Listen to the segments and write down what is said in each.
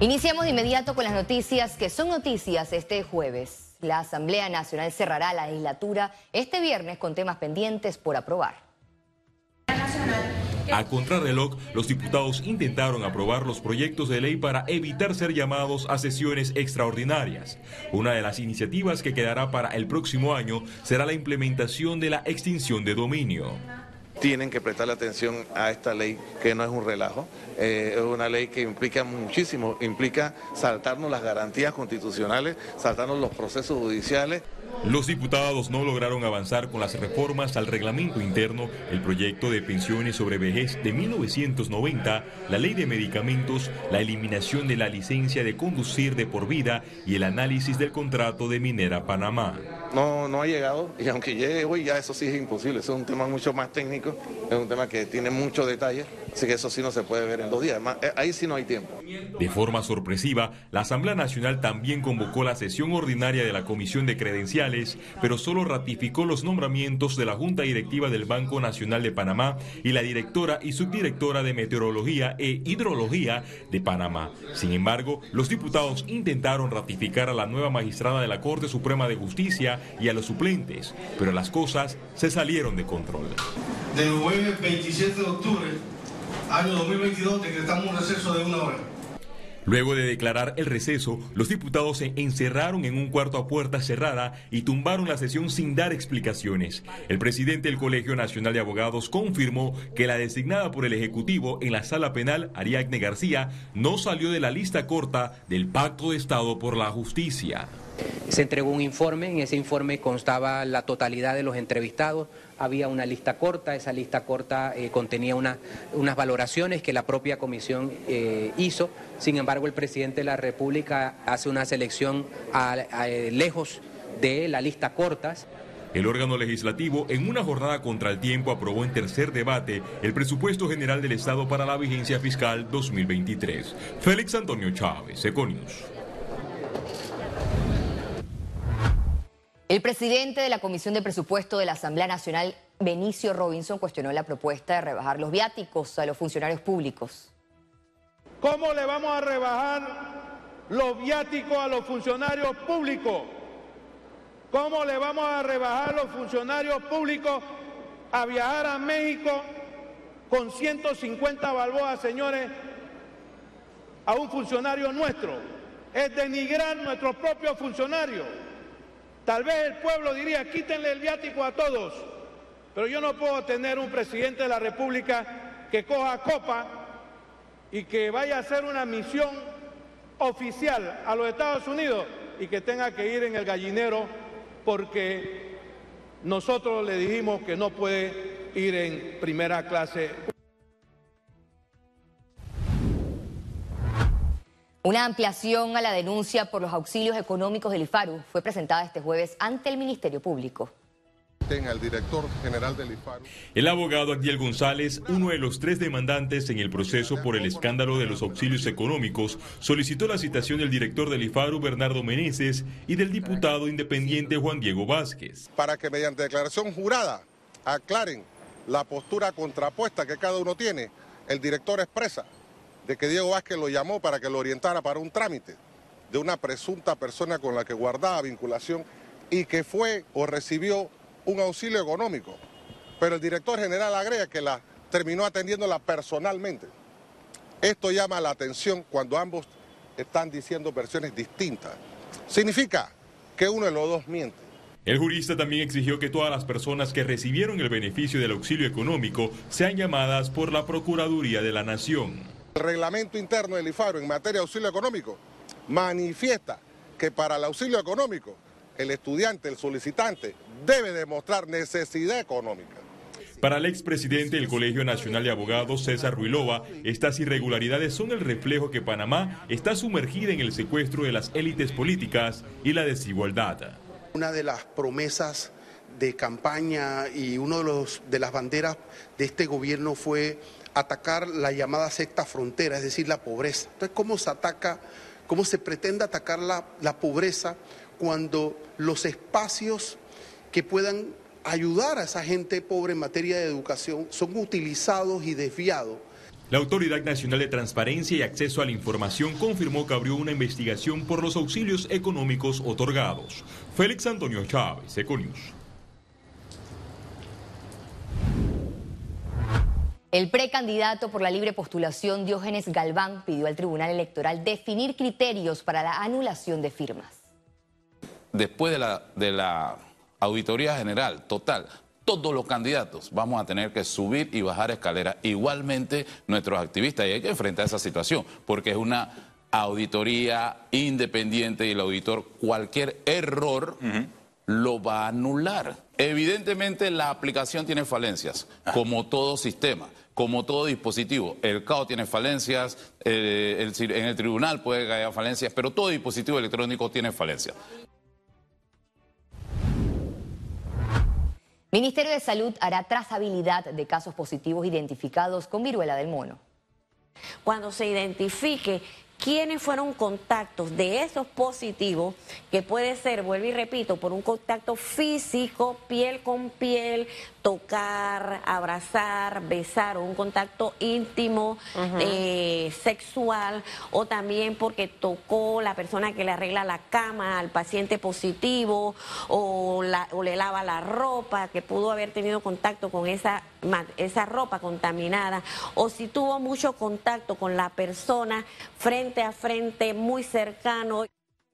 Iniciamos de inmediato con las noticias que son noticias este jueves. La Asamblea Nacional cerrará la legislatura este viernes con temas pendientes por aprobar. A contrarreloj, los diputados intentaron aprobar los proyectos de ley para evitar ser llamados a sesiones extraordinarias. Una de las iniciativas que quedará para el próximo año será la implementación de la extinción de dominio. Tienen que prestarle atención a esta ley, que no es un relajo, es una ley que implica muchísimo, implica saltarnos las garantías constitucionales, saltarnos los procesos judiciales. Los diputados no lograron avanzar con las reformas al reglamento interno, el proyecto de pensiones sobre vejez de 1990, la ley de medicamentos, la eliminación de la licencia de conducir de por vida y el análisis del contrato de Minera Panamá. No ha llegado, y aunque llegue hoy ya eso sí es imposible, eso es un tema mucho más técnico, es un tema que tiene muchos detalles, así que eso sí no se puede ver en 2 días, además, ahí sí no hay tiempo. De forma sorpresiva, la Asamblea Nacional también convocó la sesión ordinaria de la Comisión de Credenciales, pero solo ratificó los nombramientos de la Junta Directiva del Banco Nacional de Panamá y la directora y subdirectora de Meteorología e Hidrología de Panamá. Sin embargo, los diputados intentaron ratificar a la nueva magistrada de la Corte Suprema de Justicia y a los suplentes, pero las cosas se salieron de control. Del jueves 27 de octubre, año 2022, decretamos un receso de 1 hora. Luego de declarar el receso, los diputados se encerraron en un cuarto a puerta cerrada y tumbaron la sesión sin dar explicaciones. El presidente del Colegio Nacional de Abogados confirmó que la designada por el Ejecutivo en la Sala Penal, Ariadne García, no salió de la lista corta del Pacto de Estado por la Justicia. Se entregó un informe, en ese informe constaba la totalidad de los entrevistados, había una lista corta, esa lista corta contenía unas valoraciones que la propia comisión hizo, sin embargo el presidente de la República hace una selección lejos de la lista corta. El órgano legislativo, en una jornada contra el tiempo, aprobó en tercer debate el presupuesto general del Estado para la vigencia fiscal 2023. Félix Antonio Chávez, Econius. El presidente de la Comisión de Presupuesto de la Asamblea Nacional, Benicio Robinson, cuestionó la propuesta de rebajar los viáticos a los funcionarios públicos. ¿Cómo le vamos a rebajar los viáticos a los funcionarios públicos? ¿Cómo le vamos a rebajar los funcionarios públicos a viajar a México con 150 balboas, señores, a un funcionario nuestro? Es denigrar nuestros propios funcionarios. Tal vez el pueblo diría, quítenle el viático a todos, pero yo no puedo tener un presidente de la República que coja copa y que vaya a hacer una misión oficial a los Estados Unidos y que tenga que ir en el gallinero porque nosotros le dijimos que no puede ir en primera clase. Una ampliación a la denuncia por los auxilios económicos del IFARU fue presentada este jueves ante el Ministerio Público. El director general del IFARU. El abogado Agdiel González, uno de los 3 demandantes en el proceso por el escándalo de los auxilios económicos, solicitó la citación del director del IFARU, Bernardo Meneses, y del diputado independiente Juan Diego Vázquez. Para que mediante declaración jurada aclaren la postura contrapuesta que cada uno tiene, el director expresa de que Diego Vázquez lo llamó para que lo orientara para un trámite de una presunta persona con la que guardaba vinculación y que fue o recibió un auxilio económico. Pero el director general agrega que la terminó atendiéndola personalmente. Esto llama la atención cuando ambos están diciendo versiones distintas. Significa que uno de los dos miente. El jurista también exigió que todas las personas que recibieron el beneficio del auxilio económico sean llamadas por la Procuraduría de la Nación. El reglamento interno del IFARU en materia de auxilio económico manifiesta que para el auxilio económico el estudiante, el solicitante, debe demostrar necesidad económica. Para el expresidente del Colegio Nacional de Abogados, César Ruilova, estas irregularidades son el reflejo que Panamá está sumergida en el secuestro de las élites políticas y la desigualdad. Una de las promesas de campaña y una de las banderas de este gobierno fue atacar la llamada sexta frontera, es decir, la pobreza. Entonces, ¿cómo se pretende atacar la pobreza cuando los espacios que puedan ayudar a esa gente pobre en materia de educación son utilizados y desviados? La Autoridad Nacional de Transparencia y Acceso a la Información confirmó que abrió una investigación por los auxilios económicos otorgados. Félix Antonio Chávez, Econius. El precandidato por la libre postulación Diógenes Galván pidió al Tribunal Electoral definir criterios para la anulación de firmas. Después de la auditoría general total, todos los candidatos vamos a tener que subir y bajar escaleras. Igualmente nuestros activistas, y hay que enfrentar esa situación, porque es una auditoría independiente y el auditor cualquier error lo va a anular. Evidentemente la aplicación tiene falencias, como todo sistema, como todo dispositivo. El CAO tiene falencias, en el tribunal puede haber falencias, pero todo dispositivo electrónico tiene falencias. Ministerio de Salud hará trazabilidad de casos positivos identificados con viruela del mono. Cuando se identifique quiénes fueron contactos de esos positivos, que puede ser, vuelvo y repito, por un contacto físico, piel con piel, tocar, abrazar, besar, o un contacto íntimo, sexual, o también porque tocó la persona que le arregla la cama al paciente positivo, o le lava la ropa, que pudo haber tenido contacto con esa ropa contaminada, o si tuvo mucho contacto con la persona frente a frente, muy cercano.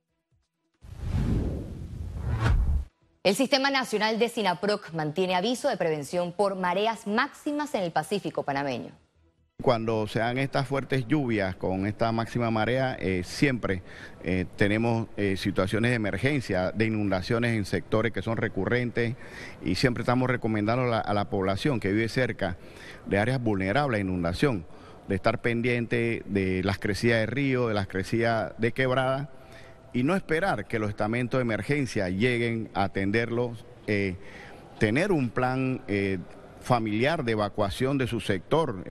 El Sistema Nacional de SINAPROC mantiene aviso de prevención por mareas máximas en el Pacífico panameño. Cuando se dan estas fuertes lluvias con esta máxima marea, siempre tenemos situaciones de emergencia, de inundaciones en sectores que son recurrentes, y siempre estamos recomendando a la población que vive cerca de áreas vulnerables a inundación, de estar pendiente de las crecidas de río, de las crecidas de quebrada, y no esperar que los estamentos de emergencia lleguen a atenderlos, tener un plan familiar de evacuación de su sector.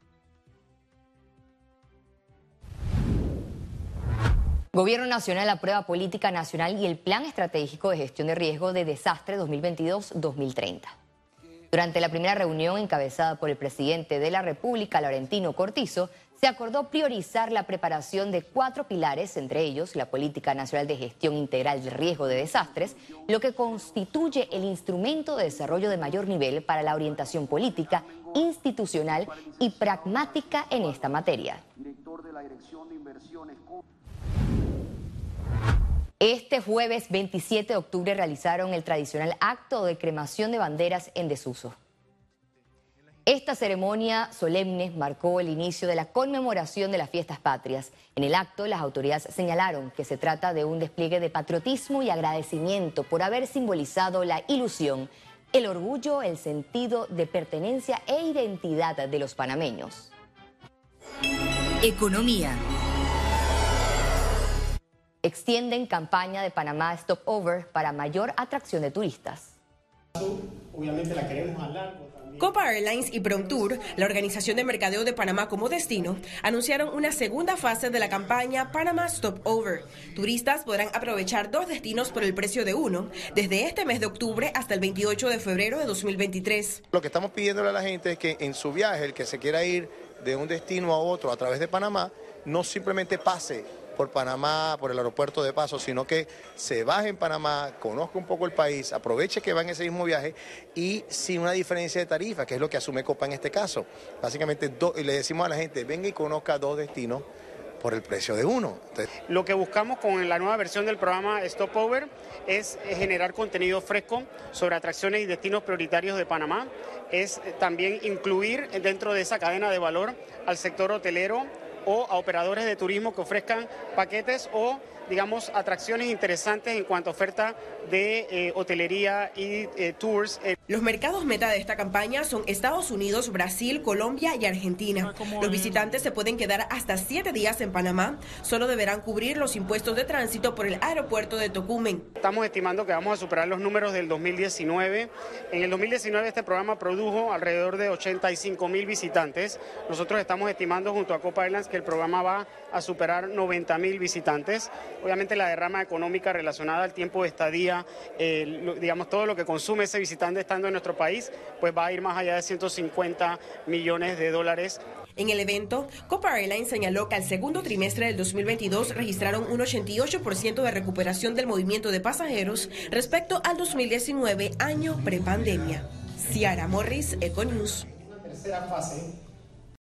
Gobierno Nacional aprueba Política Nacional y el Plan Estratégico de Gestión de Riesgo de Desastre 2022-2030. Durante la primera reunión encabezada por el presidente de la República, Laurentino Cortizo, se acordó priorizar la preparación de 4 pilares, entre ellos la Política Nacional de Gestión Integral del Riesgo de Desastres, lo que constituye el instrumento de desarrollo de mayor nivel para la orientación política, institucional y pragmática en esta materia. Este jueves 27 de octubre realizaron el tradicional acto de cremación de banderas en desuso. Esta ceremonia solemne marcó el inicio de la conmemoración de las fiestas patrias. En el acto, las autoridades señalaron que se trata de un despliegue de patriotismo y agradecimiento por haber simbolizado la ilusión, el orgullo, el sentido de pertenencia e identidad de los panameños. Economía. Extienden campaña de Panamá Stopover para mayor atracción de turistas. Obviamente la queremos a largo. Copa Airlines y Promtour, la organización de mercadeo de Panamá como destino, anunciaron una segunda fase de la campaña Panamá Stopover. Turistas podrán aprovechar 2 destinos por el precio de uno, desde este mes de octubre hasta el 28 de febrero de 2023. Lo que estamos pidiéndole a la gente es que en su viaje, el que se quiera ir de un destino a otro a través de Panamá, no simplemente pase por Panamá, por el aeropuerto de paso, sino que se baje en Panamá, conozca un poco el país, aproveche que va en ese mismo viaje y sin una diferencia de tarifa, que es lo que asume Copa en este caso. Básicamente le decimos a la gente, venga y conozca 2 destinos por el precio de uno. Entonces, lo que buscamos con la nueva versión del programa Stopover es generar contenido fresco sobre atracciones y destinos prioritarios de Panamá, es también incluir dentro de esa cadena de valor al sector hotelero o a operadores de turismo que ofrezcan paquetes o, digamos, atracciones interesantes en cuanto a oferta de hotelería y tours. Los mercados meta de esta campaña son Estados Unidos, Brasil, Colombia y Argentina. Los visitantes se pueden quedar hasta 7 días en Panamá. Solo deberán cubrir los impuestos de tránsito por el aeropuerto de Tocumen. Estamos estimando que vamos a superar los números del 2019. En el 2019 este programa produjo alrededor de 85,000 visitantes. Nosotros estamos estimando junto a Copa Airlines que el programa va a superar 90,000 visitantes. Obviamente la derrama económica relacionada al tiempo de estadía, digamos todo lo que consume ese visitante estando en nuestro país, pues va a ir más allá de 150 millones de dólares. En el evento, Copa Airlines señaló que al segundo trimestre del 2022 registraron un 88% de recuperación del movimiento de pasajeros respecto al 2019, año prepandemia. Ciara Morris, Econews. Una tercera fase